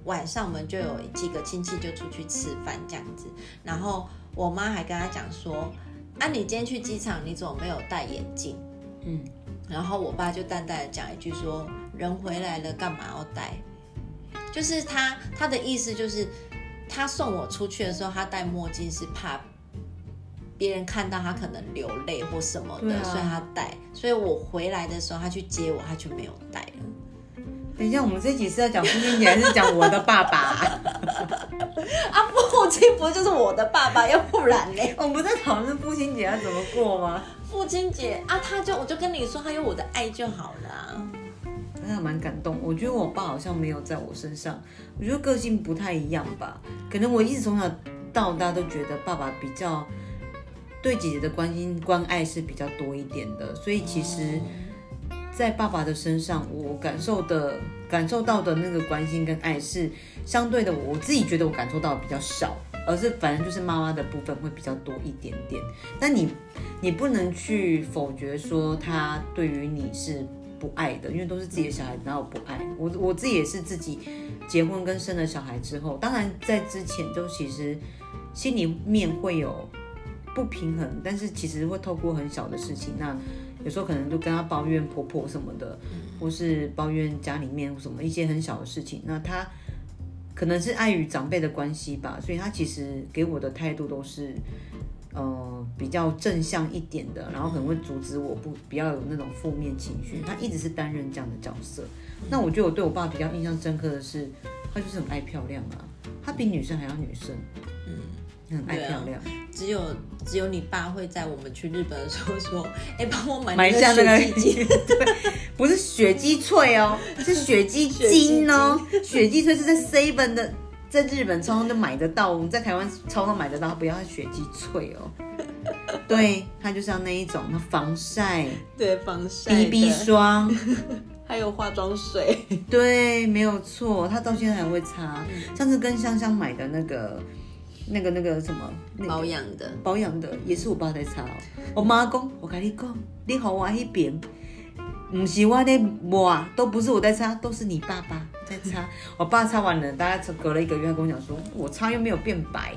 晚上我们就有几个亲戚就出去吃饭这样子，然后我妈还跟他讲说，啊，你今天去机场你怎么没有戴眼镜？嗯，然后我爸就淡淡的讲一句说，人回来了干嘛要戴？就是他他的意思就是，他送我出去的时候，他戴墨镜是怕别人看到他可能流泪或什么的，啊、所以他戴。所以我回来的时候，他去接我，他就没有戴了。 等一下，我们这集是要讲父亲节还是讲我的爸爸？ 啊，父亲不就是我的爸爸，要不然呢？ 我们不在讨论父亲节要怎么过吗？ 父亲节啊，他就我就跟你说，他有我的爱就好了、啊。 真的蛮感动，我觉得我爸好像没有在我身上，我觉得个性不太一样吧。可能我一直从小到大都觉得爸爸比较对姐姐的关心关爱是比较多一点的，所以其实。在爸爸的身上，我感受的、感受到的那个关心跟爱是相对的，我自己觉得我感受到的比较少，而是反正就是妈妈的部分会比较多一点点。但你，你不能去否决说他对于你是不爱的，因为都是自己的小孩，哪有不爱？我我自己也是自己结婚跟生了小孩之后，当然在之前都其实心里面会有不平衡，但是其实会透过很小的事情，那。有时候可能就跟他抱怨婆婆什么的，或是抱怨家里面什么一些很小的事情。那他可能是碍于长辈的关系吧，所以他其实给我的态度都是，呃，比较正向一点的，然后可能会阻止我不不要有那种负面情绪。他一直是担任这样的角色。那我觉得我对我爸比较印象深刻的是，他就是很爱漂亮啊，他比女生还要女生，嗯。很爱漂亮，啊、 只有只有你爸会在我们去日本的时候说：“哎、欸，帮我买买那个雪肌精，对，不是雪肌脆哦，是雪肌精哦。雪肌脆是在 seven 的，在日本超市都买得到，我们在台湾超市都买得到，不要雪肌脆哦。对，它就是要那一种，那防晒， 对，防晒 B B 霜。” 还有化妆水， 对，没有错，他到现在还会擦。上次跟香香买的那个。那个那个什么、那個、 保养的保养的也是我爸在擦哦。我妈讲，我跟你讲，你和我那边，不是我在抹，都不是我在擦，都是你爸爸在擦。我爸擦完了，大概隔了一个月，他跟我讲说，我擦又没有变白。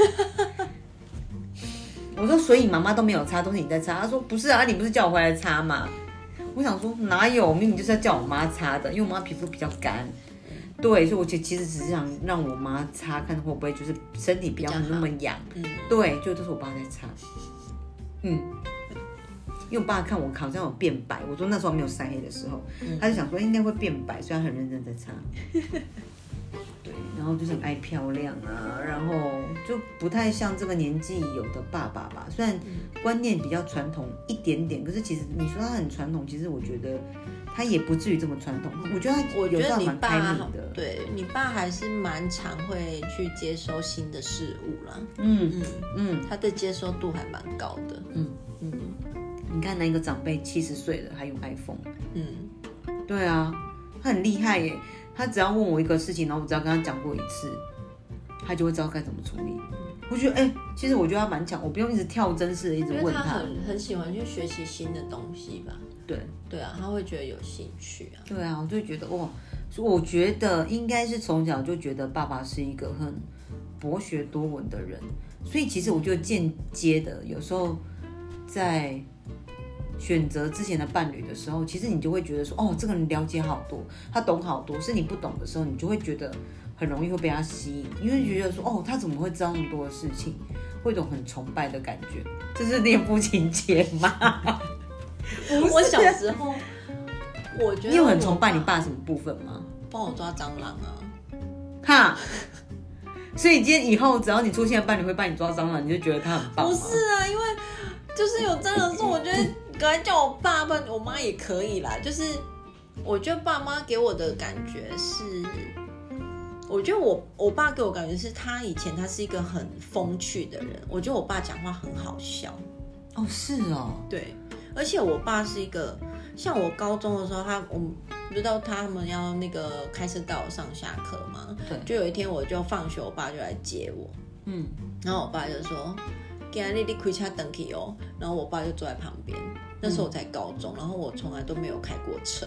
我说，所以妈妈都没有擦，都是你在擦。他说不是啊，你不是叫我回来擦嘛？我想说哪有，明明就是要叫我妈擦的，因为我妈皮肤比较干。对，所以我其实只是想让我妈擦，看会不会就是身体不要那么痒。嗯，对，就都是我爸在擦。嗯，因为我爸看我好像有变白，我说那时候没有晒黑的时候，嗯、他就想说应该会变白，所以他很认真在擦。对，然后就是很爱漂亮啊，然后就不太像这个年纪有的爸爸吧，虽然观念比较传统一点点，可是其实你说他很传统，其实我觉得。他也不至于这么传统，我觉得他有时候蛮开明的。 对，你爸还是蛮常会去接收新的事物啦。 嗯嗯嗯， 他的接受度还蛮高的。嗯嗯， 你看那个长辈七十岁了还用 iPhone。嗯，对啊，他很厉害耶。他只要问我一个事情，然后我只要跟他讲过一次，他就会知道该怎么处理。我觉得，哎、欸，其实我觉得他蛮强，我不用一直跳针式的一直问他。 他很很喜欢去学习新的东西吧。 对对啊，他会觉得有兴趣啊。 对啊，我就觉得哇，我觉得应该是从小就觉得爸爸是一个很博学多闻的人，所以其实我就间接的有时候在选择之前的伴侣的时候，其实你就会觉得说，哦，这个人了解好多，他懂好多，是你不懂的时候，你就会觉得很容易会被他吸引，因为觉得说，哦，他怎么会知道那么多的事情，会有一种很崇拜的感觉。这是恋父情节吗？ 我小时候，我觉得你有很崇拜你爸什么部分吗？ 帮我抓蟑螂啊！ 哈，所以今天以后只要你出现的伴侣会帮你抓蟑螂，你就觉得他很棒吗？ 不是啊，因为就是有蟑螂的时候，我觉得赶快叫我爸爸，我妈也可以啦。就是我觉得爸妈给我的感觉是，我觉得我我爸给我感觉是他以前他是一个很风趣的人，我觉得我爸讲话很好笑。 哦，是哦， 对。而且我爸是一个，像我高中的时候，他我们不知道他们要那个开车带我上下课嘛，对，就有一天我就放学，我爸就来接我，嗯，然后我爸就说，今天你开车回去哦，然后我爸就坐在旁边，那时候我才高中，然后我从来都没有开过车，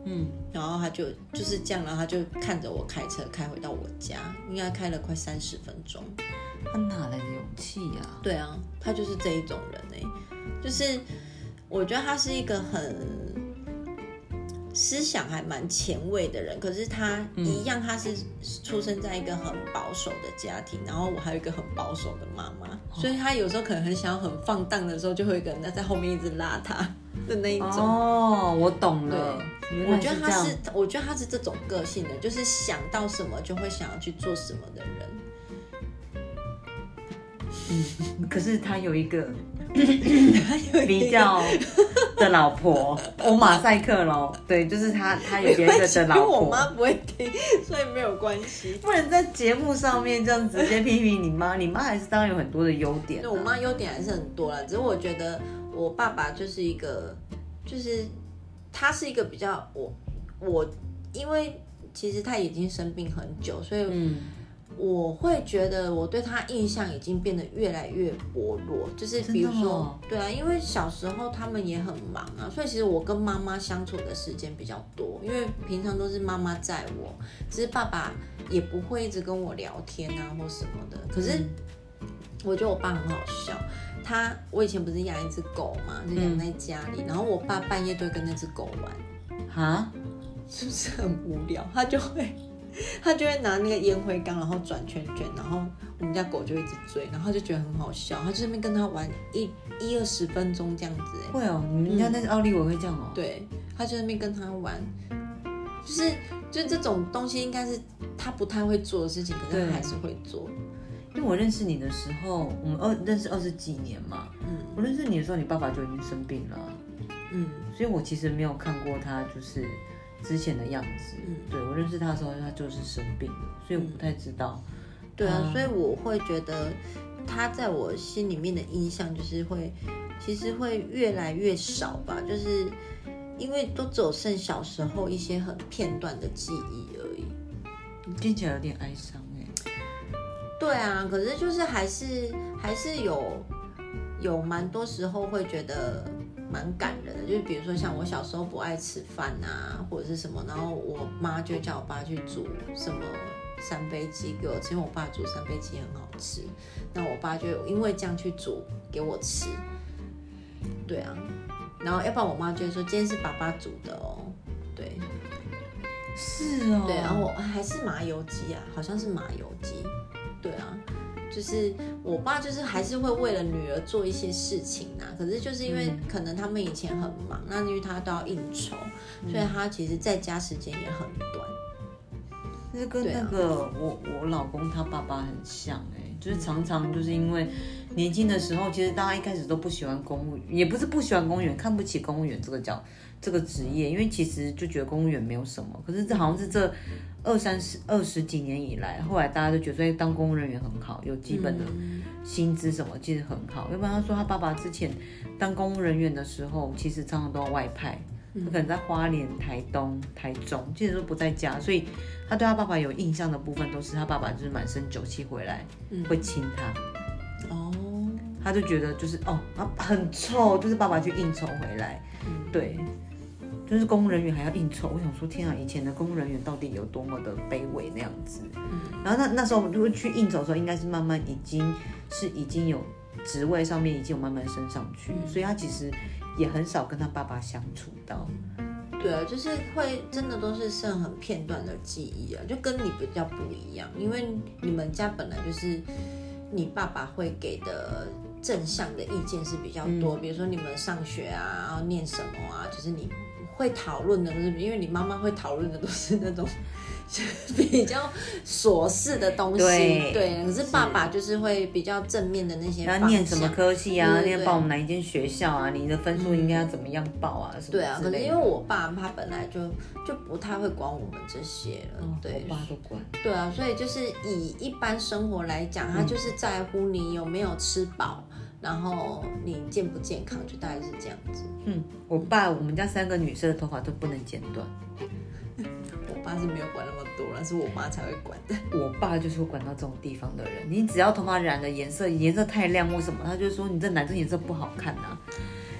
嗯，然后他就就是这样，然后他就看着我开车开回到我家，应该开了快三十分钟。 他哪来的勇气呀、啊？ 对啊，他就是这一种人哎、欸，就是我觉得他是一个很思想还蛮前卫的人，可是他一样，他是出生在一个很保守的家庭，然后我还有一个很保守的妈妈，所以他有时候可能很想要很放荡的时候，就会有一个人在后面一直拉他的那一种。 哦，我懂了。 对，我觉得他是，我觉得他是这种个性的，就是想到什么就会想要去做什么的人。 嗯，可是他有一个比较的老婆，我马赛克咯。对，就是他，他有别的的老婆。 我妈不会听，所以没有关系。 不能在节目上面这样直接批评你妈，你妈还是当然有很多的优点、啊。 对，我妈优点还是很多啦，只是我觉得我爸爸就是一个，就是他是一个比较我我，因为其实他已经生病很久，所以嗯。我会觉得我对他印象已经变得越来越薄弱，就是比如说，哦、对啊，因为小时候他们也很忙啊，所以其实我跟妈妈相处的时间比较多，因为平常都是妈妈载我，只是爸爸也不会一直跟我聊天啊或什么的。可是我觉得我爸很好笑，他我以前不是养一只狗嘛，就养在家里，嗯、然后我爸半夜都会跟那只狗玩，哈，是不是很无聊？他就会。他就会拿那个烟灰缸，然后转圈圈，然后我们家狗就一直追，然后就觉得很好笑。他就在那边跟他玩一一二十分钟这样子。 会哦，你们家那只奥利维会这样哦？ 嗯、对，他就在那边跟他玩，就是就这种东西应该是他不太会做的事情，可是他还是会做。 因为我认识你的时候，我们二认识二十几年嘛，嗯，我认识你的时候，你爸爸就已经生病了，嗯，所以我其实没有看过他就是之前的样子，嗯，对，我认识他的时候，他就是生病了，所以我不太知道。 嗯、对啊，所以我会觉得他在我心里面的印象就是会，其实会越来越少吧，就是因为都只有剩小时候一些很片段的记忆而已。 你听起来有点哀伤哎。 对啊，可是就是还是还是有有蛮多时候会觉得。蛮感人的，就是比如说像我小时候不爱吃饭啊，或者是什么，然后我妈就叫我爸去煮什么三杯鸡给我吃，因为我爸煮三杯鸡很好吃，那我爸就因为这样去煮给我吃，对啊，然后要不然我妈就会说今天是爸爸煮的哦，对， 是哦， 对，然后我还是麻油鸡啊，好像是麻油鸡，对啊。就是我爸就是还是会为了女儿做一些事情啊，可是就是因为可能他们以前很忙，那因为他都要应酬，所以他其实在家时间也很短。 就是跟那个、啊、我我老公他爸爸很像哎、欸，就是常常就是因为年轻的时候，其实大家一开始都不喜欢公务员，也不是不喜欢公务员，看不起公务员这个角这个职业，因为其实就觉得公务员没有什么，可是这好像是这。二三十二十几年以来，后来大家都觉得当公务人员很好，有基本的薪资什么，其实很好。要不然他说他爸爸之前当公务人员的时候，其实常常都要外派，他可能在花莲、台东、台中，其实都不在家，所以他对他爸爸有印象的部分，都是他爸爸就是满身酒气回来、嗯、会亲他。哦，他就觉得就是哦，很臭，就是爸爸去应酬回来，嗯、对。就是公务人员还要应酬，我想说天啊，以前的公务人员到底有多么的卑微那样子。嗯、然后那那时候我们就会去应酬的时候，应该是慢慢已经是已经有职位上面已经有慢慢升上去，嗯、所以他其实也很少跟他爸爸相处到。 对啊，就是会真的都是剩很片段的记忆啊，就跟你比较不一样，因为你们家本来就是你爸爸会给的正向的意见是比较多，嗯、比如说你们上学啊，然后念什么啊，就是你。会讨论的都是，因为你妈妈会讨论的都是那种比较琐事的东西，对，对。可是爸爸就是会比较正面的那些方向， 要念什么科系啊，要报我们哪一间学校啊，你的分数应该要怎么样报啊，什么之类的。对啊， 可是因为我爸他本来就就不太会管我们这些了， 哦、 对， 我爸都管。 对啊，所以就是以一般生活来讲，他就是在乎你有没有吃饱。然后你健不健康，就大概是这样子。 嗯，我爸我们家三个女生的头发都不能剪短。 我爸是没有管那么多，那是我妈才会管的。 我爸就是会管到这种地方的人，你只要头发染的颜色颜色太亮或什么，他就说你这男生颜色不好看啊。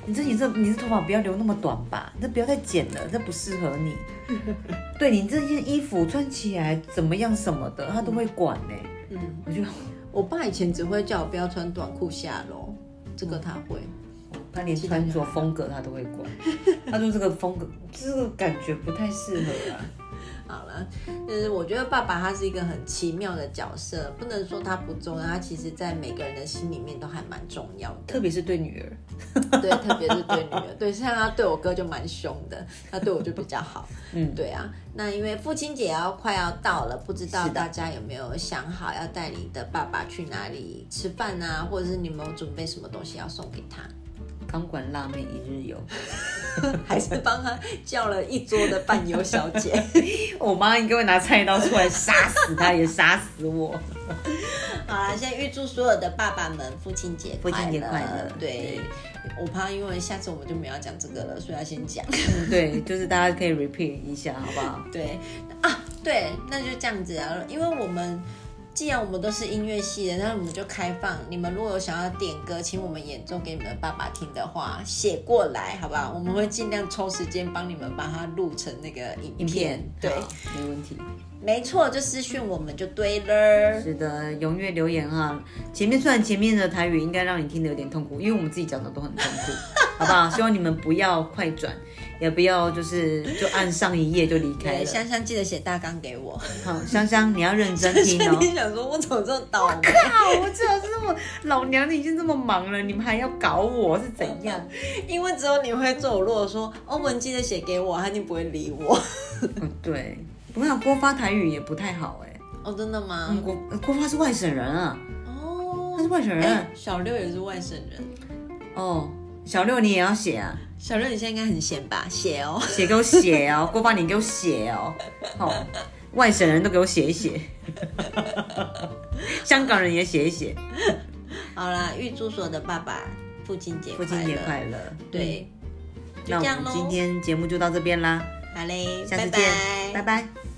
你这颜色，你这头发不要留那么短吧，这不要再剪了，这不适合你。对你这件衣服穿起来怎么样什么的，他都会管呢、欸。嗯，我觉得我爸以前只会叫我不要穿短裤下楼，这个他会。 他连穿着风格他都会管，他说这个风格，这个感觉不太适合啊。 好了，就是我觉得爸爸他是一个很奇妙的角色，不能说他不重要，他其实在每个人的心里面都还蛮重要的， 特别是对女儿。对，特别是对女儿。对，像他对我哥就蛮凶的，他对我就比较好。嗯，对啊。那因为父亲节要快要到了，不知道大家有没有想好要带你的爸爸去哪里吃饭啊，或者是你们有准备什么东西要送给他？ 钢管辣妹一日游， 还是帮他叫了一桌的伴游小姐。 我妈应该会拿菜刀出来杀死他，也杀死我。 好啦，先预祝所有的爸爸们父亲节快乐！ 父亲节快乐！ 对，对我怕因为下次我们就没有要讲这个了，所以要先讲。 嗯，对，就是大家可以 repeat 一下，好不好？ 对啊，对，那就这样子啊，因为我们。既然我们都是音乐系的，那我们就开放，你们如果有想要点歌，请我们演奏给你们的爸爸听的话，写过来，好不好？我们会尽量抽时间帮你们把它录成那个影片。影片对， 没问题。没错，就私讯我们就对了。 是的，踊跃留言哈。前面虽然前面的台语应该让你听得有点痛苦，因为我们自己讲的都很痛苦，好不好？希望你们不要快转。也不要就是就按上一页就离开了。 香香记得写大纲给我。 好，香香你要认真听哦。 你想说我怎么这么倒霉？ 靠！我最好是这么老娘已经这么忙了，你们还要搞我是怎样？ 因为只有你会做，我如果说欧文记得写给我，他就不会理我。 嗯，对。不过郭发台语也不太好哎。 哦，真的吗？ 嗯，郭郭发是外省人啊。 哦。 他是外省人。 小六也是外省人。 哦。小六你也要写啊？ 小六你现在应该很闲吧？写哦， 写给我写哦，郭爸你给我写哦，好、哦，外省人都给我写一写，香港人也写一写。 好啦，预祝所有的爸爸父亲节父亲节快乐。 对， 嗯、那我们今天节目就到这边啦。 好嘞， 下次见，拜拜。拜拜。